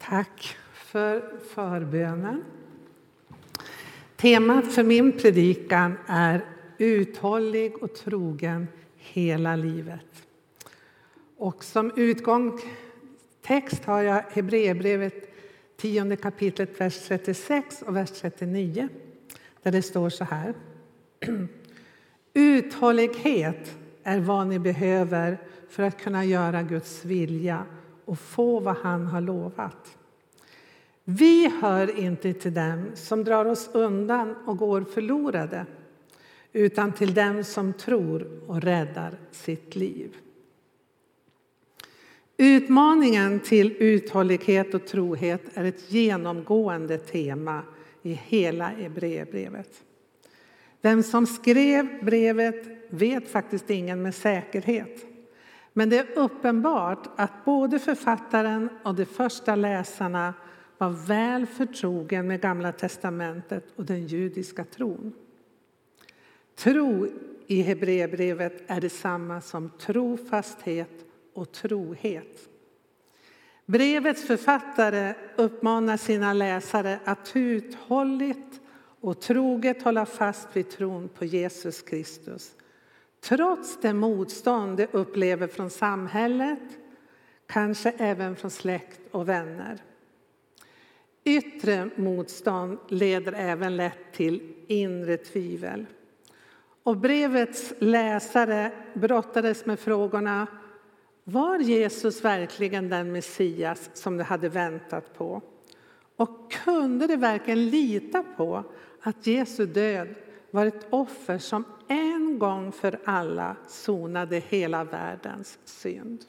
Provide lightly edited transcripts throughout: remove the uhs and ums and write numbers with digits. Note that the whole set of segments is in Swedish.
Tack för förbönen. Temat för min predikan är uthållig och trogen hela livet. Och som utgångstext har jag Hebreerbrevet 10 kapitlet vers 36 och vers 39. Där det står så här. Uthållighet är vad ni behöver för att kunna göra Guds vilja och få vad han har lovat. Vi hör inte till dem som drar oss undan och går förlorade, utan till dem som tror och räddar sitt liv. Utmaningen till uthållighet och trohet är ett genomgående tema i hela Hebreerbrevet. Vem som skrev brevet vet faktiskt ingen med säkerhet. Men det är uppenbart att både författaren och de första läsarna var väl förtrogen med Gamla testamentet och den judiska tron. Tro i Hebreerbrevet är detsamma som trofasthet och trohet. Brevets författare uppmanar sina läsare att uthålligt och troget hålla fast vid tron på Jesus Kristus. Trots det motstånd de upplever från samhället, kanske även från släkt och vänner. Yttre motstånd leder även lätt till inre tvivel. Och brevets läsare brottades med frågorna: var Jesus verkligen den Messias som de hade väntat på? Och kunde de verkligen lita på att Jesu död var ett offer som en gång för alla sonade hela världens synd?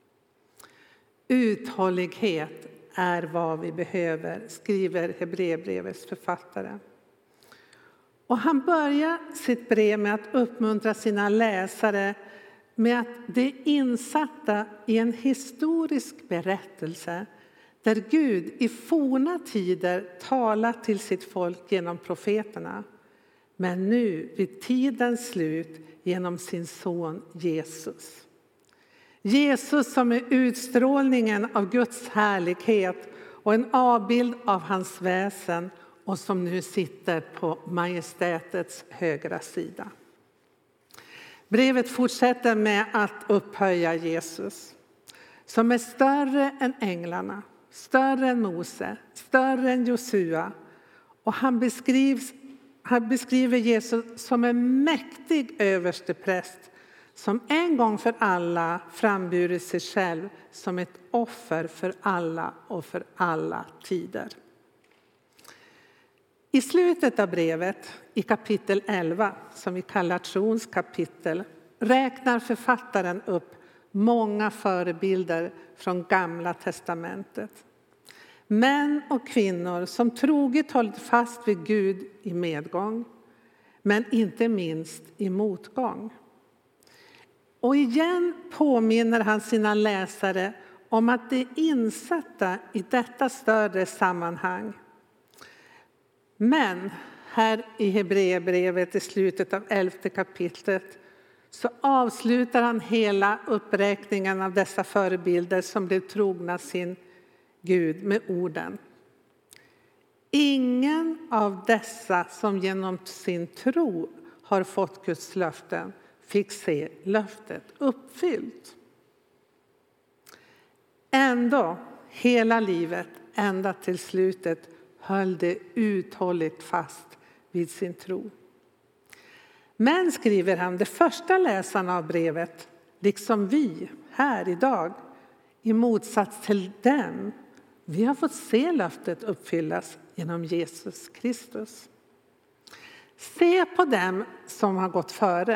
Uthållighet är vad vi behöver, skriver Hebreerbrevets författare. Och han börjar sitt brev med att uppmuntra sina läsare med att de är insatta i en historisk berättelse där Gud i forna tider talat till sitt folk genom profeterna. Men nu vid tidens slut genom sin son Jesus. Jesus som är utstrålningen av Guds härlighet och en avbild av hans väsen och som nu sitter på majestätets högra sida. Brevet fortsätter med att upphöja Jesus som är större än änglarna, större än Mose, större än Josua. Och han beskriver Jesus som en mäktig överstepräst som en gång för alla framburit sig själv som ett offer för alla och för alla tider. I slutet av brevet, i kapitel 11, som vi kallar trons kapitel, räknar författaren upp många förebilder från Gamla testamentet. Män och kvinnor som troget hållit fast vid Gud i medgång, men inte minst i motgång. Och igen påminner han sina läsare om att de är insatta i detta större sammanhang. Men här i Hebreerbrevet i slutet av 11 kapitlet så avslutar han hela uppräkningen av dessa förebilder som blev trogna sin Gud med orden: ingen av dessa som genom sin tro har fått Guds löften fick se löftet uppfyllt. Ändå, hela livet, ända till slutet, höll det uthålligt fast vid sin tro. Men, skriver han, de första läsarna av brevet, liksom vi här idag, i motsats till dem, vi har fått se löftet uppfyllas genom Jesus Kristus. Se på dem som har gått före.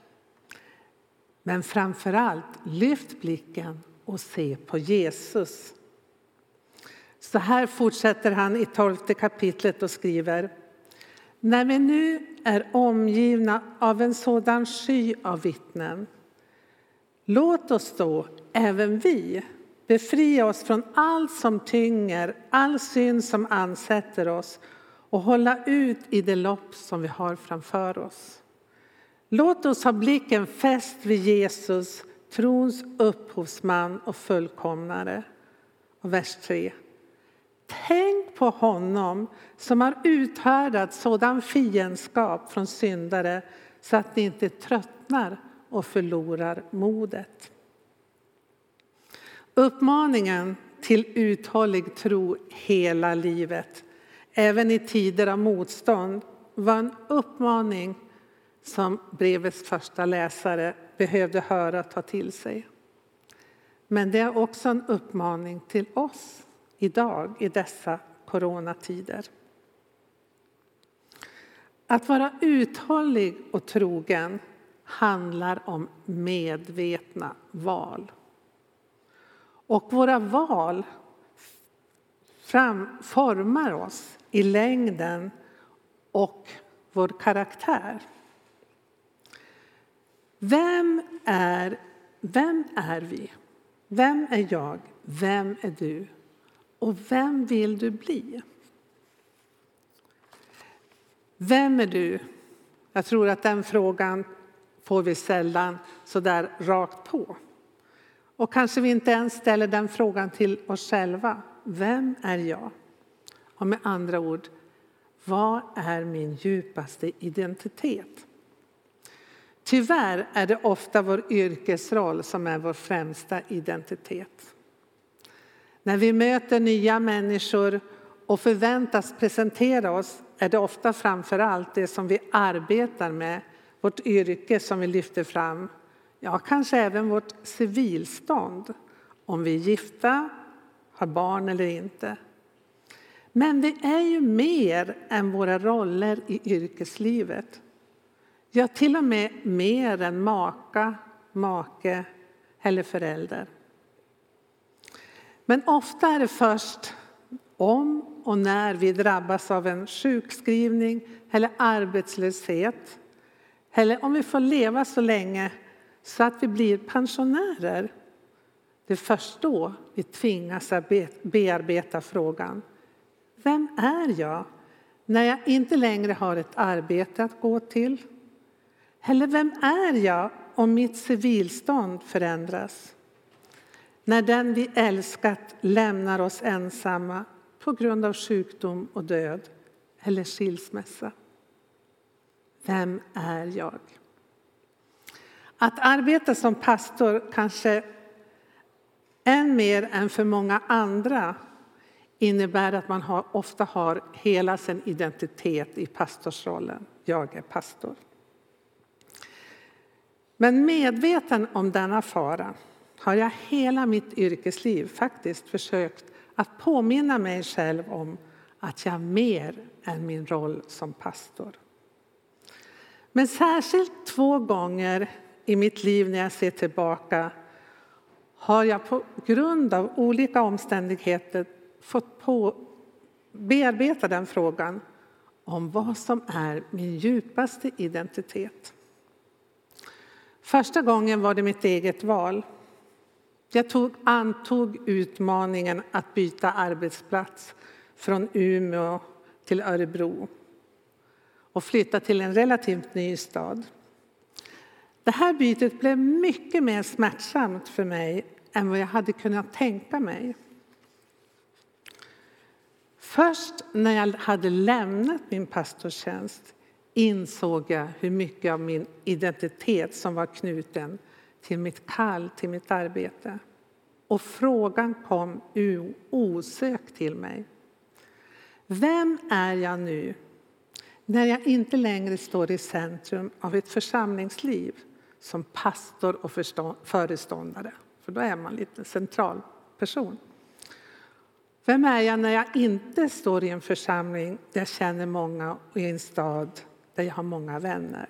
Men framförallt lyft blicken och se på Jesus. Så här fortsätter han i 12 kapitlet och skriver: när vi nu är omgivna av en sådan sky av vittnen, låt oss då även vi befria oss från allt som tynger, all synd som ansätter oss och hålla ut i det lopp som vi har framför oss. Låt oss ha blicken fäst vid Jesus, trons upphovsman och fullkomnare. Och vers 3. Tänk på honom som har uthärdat sådan fiendskap från syndare så att ni inte tröttnar och förlorar modet. Uppmaningen till uthållig tro hela livet, även i tider av motstånd, var en uppmaning som brevets första läsare behövde höra och ta till sig. Men det är också en uppmaning till oss idag i dessa coronatider. Att vara uthållig och trogen handlar om medvetna val. Och våra val formar oss i längden och vår karaktär. Vem är vi? Vem är jag? Vem är du? Och vem vill du bli? Vem är du? Jag tror att den frågan får vi sällan så där rakt på. Och kanske vi inte ens ställer den frågan till oss själva. Vem är jag? Och med andra ord, vad är min djupaste identitet? Tyvärr är det ofta vår yrkesroll som är vår främsta identitet. När vi möter nya människor och förväntas presentera oss är det ofta framför allt det som vi arbetar med, vårt yrke som vi lyfter fram. Ja, kanske även vårt civilstånd, om vi är gifta, har barn eller inte. Men vi är ju mer än våra roller i yrkeslivet. Ja, till och med mer än maka, make eller förälder. Men ofta är det först om och när vi drabbas av en sjukskrivning eller arbetslöshet. Eller om vi får leva så länge så att vi blir pensionärer. Det är först då vi tvingas att bearbeta frågan. Vem är jag när jag inte längre har ett arbete att gå till? Eller vem är jag om mitt civilstånd förändras? När den vi älskat lämnar oss ensamma på grund av sjukdom och död eller skilsmässa. Vem är jag? Att arbeta som pastor kanske än mer än för många andra innebär att man ofta har hela sin identitet i pastorsrollen. Jag är pastor. Men medveten om denna fara har jag hela mitt yrkesliv faktiskt försökt att påminna mig själv om att jag är mer än min roll som pastor. Men särskilt 2 gånger i mitt liv när jag ser tillbaka har jag på grund av olika omständigheter fått bearbeta den frågan om vad som är min djupaste identitet. Första gången var det mitt eget val. Jag antog utmaningen att byta arbetsplats från Umeå till Örebro och flytta till en relativt ny stad. Det här bytet blev mycket mer smärtsamt för mig än vad jag hade kunnat tänka mig. Först när jag hade lämnat min pastorstjänst insåg jag hur mycket av min identitet som var knuten till mitt kall, till mitt arbete. Och frågan kom osökt till mig. Vem är jag nu när jag inte längre står i centrum av ett församlingsliv som pastor och föreståndare? För då är man lite central person. Vem är jag när jag inte står i en församling där jag känner många och i en stad där jag har många vänner?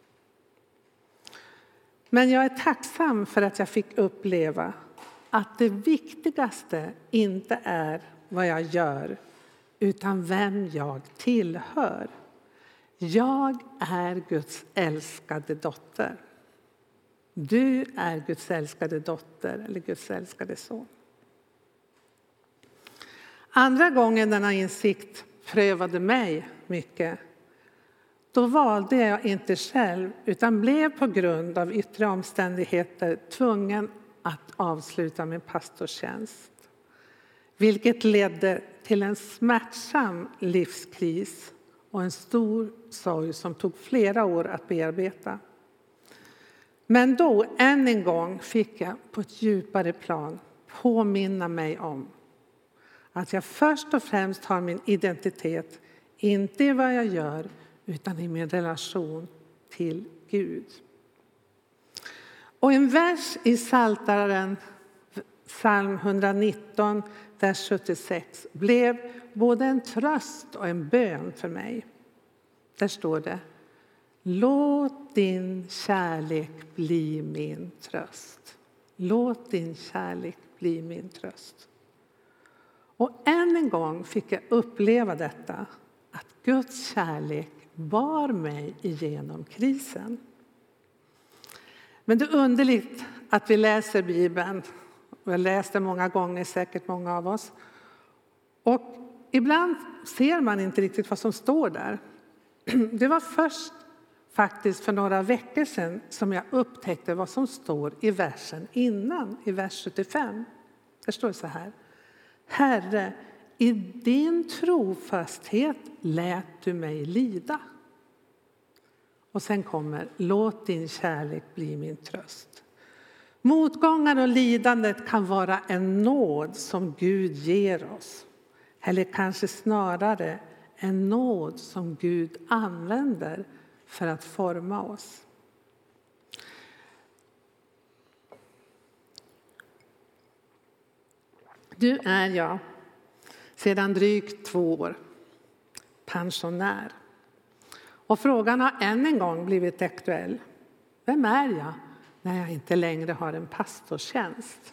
Men jag är tacksam för att jag fick uppleva att det viktigaste inte är vad jag gör utan vem jag tillhör. Jag är Guds älskade dotter. Du är Guds älskade dotter eller Guds älskade son. Andra gången denna insikt prövade mig mycket, då valde jag inte själv utan blev på grund av yttre omständigheter tvungen att avsluta min pastorstjänst. Vilket ledde till en smärtsam livskris och en stor sorg som tog flera år att bearbeta. Men då än en gång fick jag på ett djupare plan påminna mig om att jag först och främst har min identitet, inte i vad jag gör, utan i min relation till Gud. Och en vers i Psaltaren, psalm 119, vers 76, blev både en tröst och en bön för mig. Där står det: låt din kärlek bli min tröst. Låt din kärlek bli min tröst. Och än en gång fick jag uppleva detta, att Guds kärlek bar mig igenom krisen. Men det är underligt att vi läser Bibeln, och jag läste många gånger, säkert många av oss. Och ibland ser man inte riktigt vad som står där. Det var först faktiskt för några veckor sedan som jag upptäckte vad som står i versen innan, i vers 75. Det står så här: Herre, i din trofasthet lät du mig lida. Och sen kommer: låt din kärlek bli min tröst. Motgångar och lidandet kan vara en nåd som Gud ger oss. Eller kanske snarare en nåd som Gud använder för att forma oss. Du är jag sedan drygt 2 år pensionär. Och frågan har än en gång blivit aktuell. Vem är jag när jag inte längre har en pastorstjänst?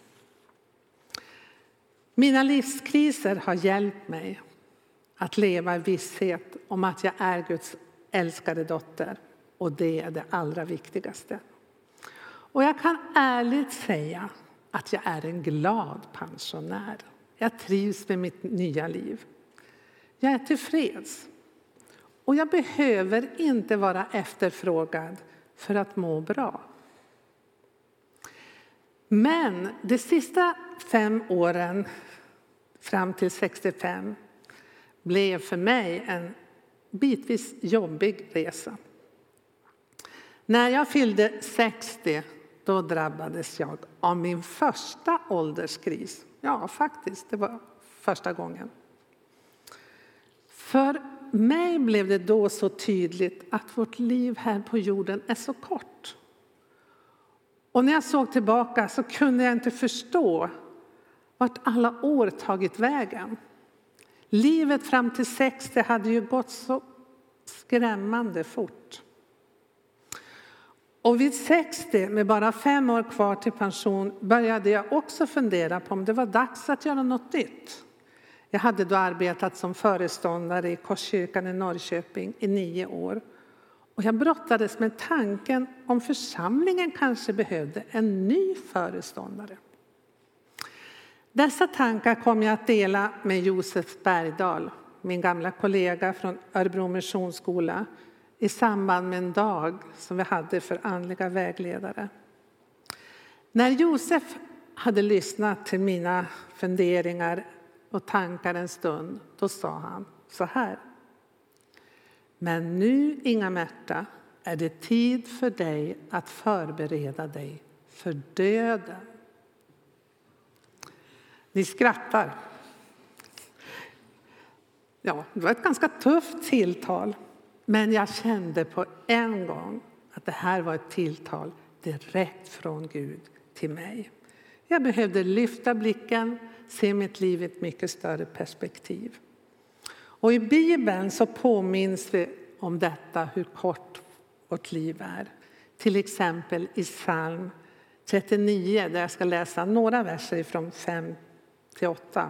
Mina livskriser har hjälpt mig att leva i visshet om att jag är Guds älskade dotter. Och det är det allra viktigaste. Och jag kan ärligt säga att jag är en glad pensionär. Jag trivs med mitt nya liv. Jag är tillfreds. Och jag behöver inte vara efterfrågad för att må bra. Men de sista 5 åren fram till 65 blev för mig en bitvis jobbig resa. När jag fyllde 60, då drabbades jag av min första ålderskris. Ja, faktiskt, det var första gången. För mig blev det då så tydligt att vårt liv här på jorden är så kort. Och när jag såg tillbaka så kunde jag inte förstå vart alla år tagit vägen. Livet fram till 60 hade ju gått så skrämmande fort. Och vid 60, med bara 5 år kvar till pension, började jag också fundera på om det var dags att göra något nytt. Jag hade då arbetat som föreståndare i Korskyrkan i Norrköping i 9 år. Och jag brottades med tanken om församlingen kanske behövde en ny föreståndare. Dessa tankar kom jag att dela med Josef Bergdahl, min gamla kollega från Örebro Missionsskola, i samband med en dag som vi hade för andliga vägledare. När Josef hade lyssnat till mina funderingar och tankar en stund, då sa han så här: men nu, Inga-Märta, är det tid för dig att förbereda dig för döden. Ni skrattar. Ja, det var ett ganska tufft tilltal. Men jag kände på en gång att det här var ett tilltal direkt från Gud till mig. Jag behövde lyfta blicken, se mitt liv i ett mycket större perspektiv. Och i Bibeln så påminns vi om detta, hur kort vårt liv är. Till exempel i psalm 39, där jag ska läsa några verser från 5-8.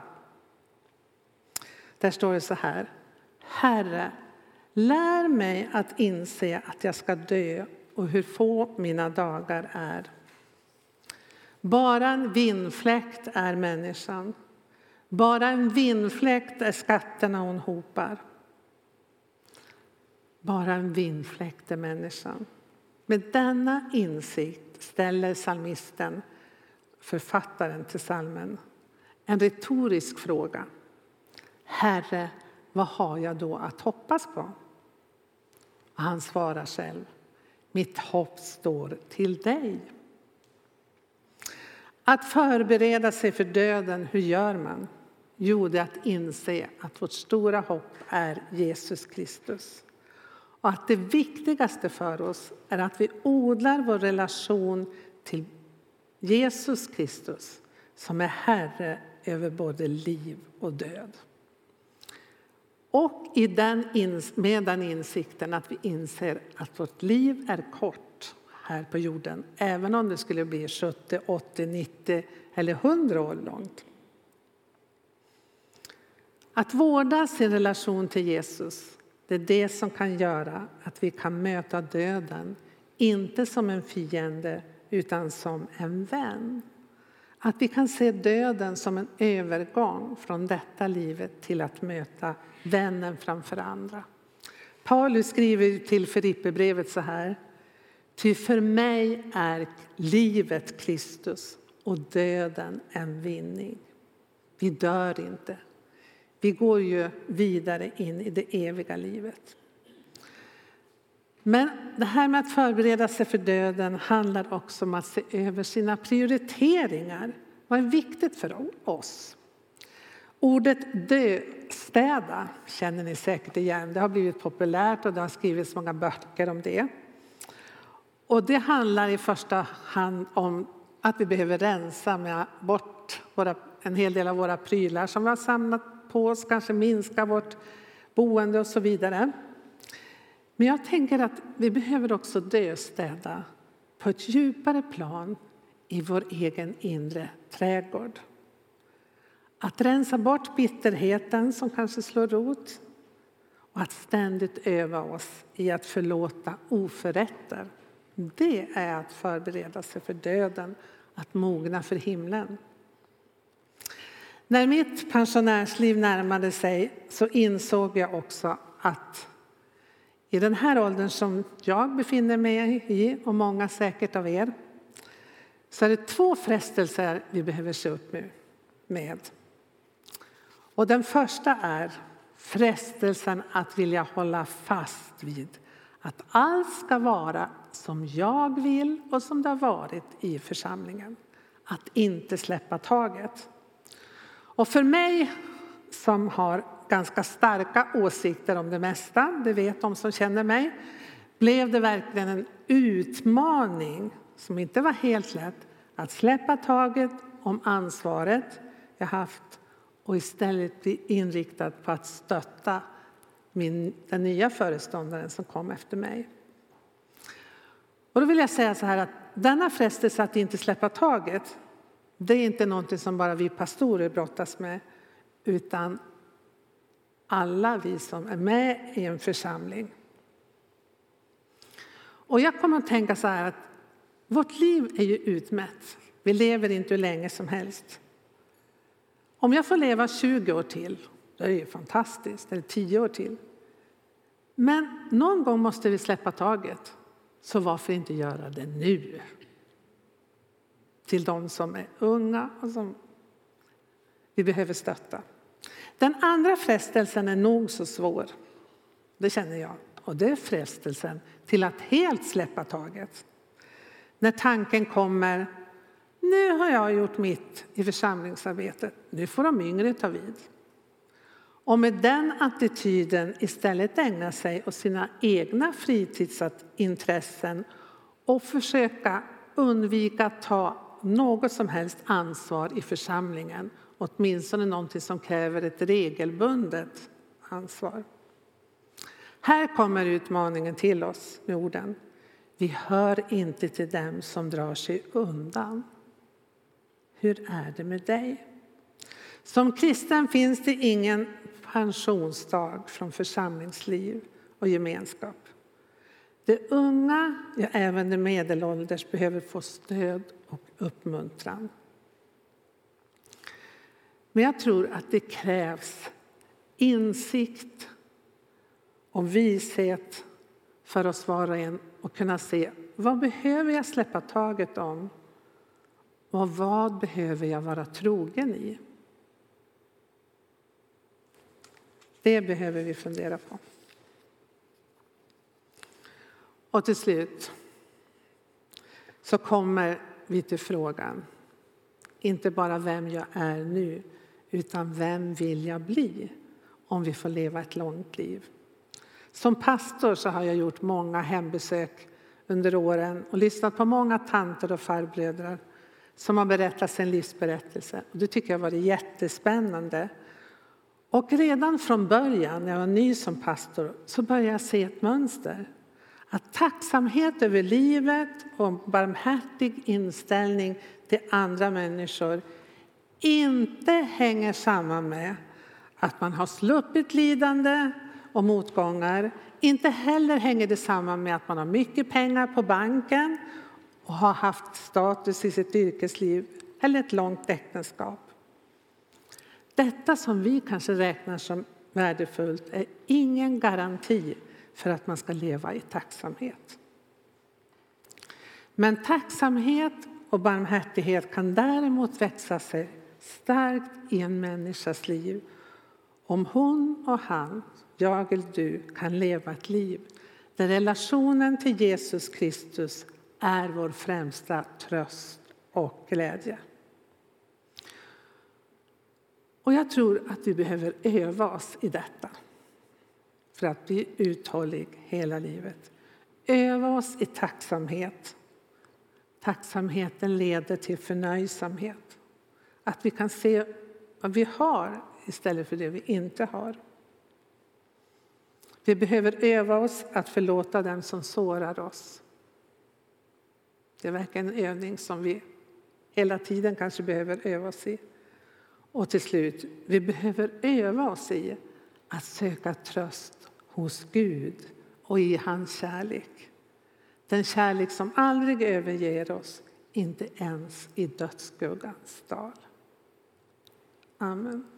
Där står det så här: Herre, lär mig att inse att jag ska dö och hur få mina dagar är. Bara en vindfläkt är människan. Bara en vindfläkt är skatterna hon hopar. Bara en vindfläkt är människan. Med denna insikt ställer psalmisten, författaren till psalmen, en retorisk fråga. Herre, vad har jag då att hoppas på? Och han svarar själv, mitt hopp står till dig. Att förbereda sig för döden, hur gör man? Jo, det är att inse att vårt stora hopp är Jesus Kristus. Och att det viktigaste för oss är att vi odlar vår relation till Jesus Kristus som är Herre över både liv och död. Och med den insikten att vi inser att vårt liv är kort här på jorden, även om det skulle bli 70, 80, 90 eller 100 år långt. Att vårda sin relation till Jesus, det är det som kan göra att vi kan möta döden, inte som en fiende utan som en vän. Att vi kan se döden som en övergång från detta livet till att möta vännen framför andra. Paulus skriver till Filipperbrevet så här: ty för mig är livet Kristus och döden en vinning. Vi dör inte. Vi går ju vidare in i det eviga livet. Men det här med att förbereda sig för döden handlar också om att se över sina prioriteringar. Vad är viktigt för oss? Ordet döstäda känner ni säkert igen. Det har blivit populärt och det har skrivits många böcker om det. Och det handlar i första hand om att vi behöver rensa bort en hel del av våra prylar som vi har samlat på oss, kanske minska vårt boende och så vidare. Men jag tänker att vi behöver också döstäda på ett djupare plan i vår egen inre trädgård. Att rensa bort bitterheten som kanske slår rot och att ständigt öva oss i att förlåta oförrätter. Det är att förbereda sig för döden, att mogna för himlen. När mitt pensionärsliv närmade sig så insåg jag också att i den här åldern som jag befinner mig i och många säkert av er, så är det 2 frestelser vi behöver se upp med. Och den första är frestelsen att vilja hålla fast vid att allt ska vara som jag vill och som det har varit i församlingen. Att inte släppa taget. Och för mig som har ganska starka åsikter om det mesta, det vet de som känner mig, blev det verkligen en utmaning som inte var helt lätt att släppa taget om ansvaret jag haft och istället bli inriktad på att stötta den nya föreståndaren som kom efter mig. Och då vill jag säga så här att denna frestelse att inte släppa taget, det är inte någonting som bara vi pastorer brottas med, utan alla vi som är med i en församling. Och jag kommer att tänka så här att vårt liv är ju utmätt. Vi lever inte hur länge som helst. Om jag får leva 20 år till, det är ju fantastiskt, eller 10 år till. Men någon gång måste vi släppa taget. Så varför inte göra det nu? Till de som är unga och som vi behöver stötta. Den andra frestelsen är nog så svår. Det känner jag. Och det är frestelsen till att helt släppa taget. När tanken kommer, nu har jag gjort mitt i församlingsarbetet. Nu får de yngre ta vid. Och med den attityden istället ägna sig åt sina egna fritidsintressen och försöka undvika att ta något som helst ansvar i församlingen. Åtminstone någonting som kräver ett regelbundet ansvar. Här kommer utmaningen till oss med orden. Vi hör inte till dem som drar sig undan. Hur är det med dig? Som kristen finns det ingen pensionsdag från församlingsliv och gemenskap. De unga, ja även de medelålders, behöver få stöd och uppmuntran. Men jag tror att det krävs insikt och vishet för oss var och en att kunna se vad behöver jag släppa taget om och vad behöver jag vara trogen i. Det behöver vi fundera på. Och till slut så kommer vi till frågan, inte bara vem jag är nu, utan vem vill jag bli om vi får leva ett långt liv. Som pastor så har jag gjort många hembesök under åren och lyssnat på många tanter och farbröder som har berättat sin livsberättelse. Och det tycker jag var jättespännande. Och redan från början när jag var ny som pastor så började jag se ett mönster. Att tacksamhet över livet och barmhärtig inställning till andra människor inte hänger samman med att man har sluppit lidande och motgångar. Inte heller hänger det samman med att man har mycket pengar på banken och har haft status i sitt yrkesliv eller ett långt äktenskap. Detta som vi kanske räknar som värdefullt är ingen garanti för att man ska leva i tacksamhet. Men tacksamhet och barmhärtighet kan däremot växa sig starkt i en människas liv om hon och han, jag eller du, kan leva ett liv där relationen till Jesus Kristus är vår främsta tröst och glädje. Och jag tror att vi behöver öva oss i detta för att bli uthållig hela livet. Öva oss i tacksamhet. Tacksamheten leder till förnöjsamhet. Att vi kan se vad vi har istället för det vi inte har. Vi behöver öva oss att förlåta dem som sårar oss. Det är verkligen en övning som vi hela tiden kanske behöver öva oss i. Och till slut, vi behöver öva oss i att söka tröst hos Gud och i hans kärlek. Den kärlek som aldrig överger oss, inte ens i dödsskuggans dal. Amen.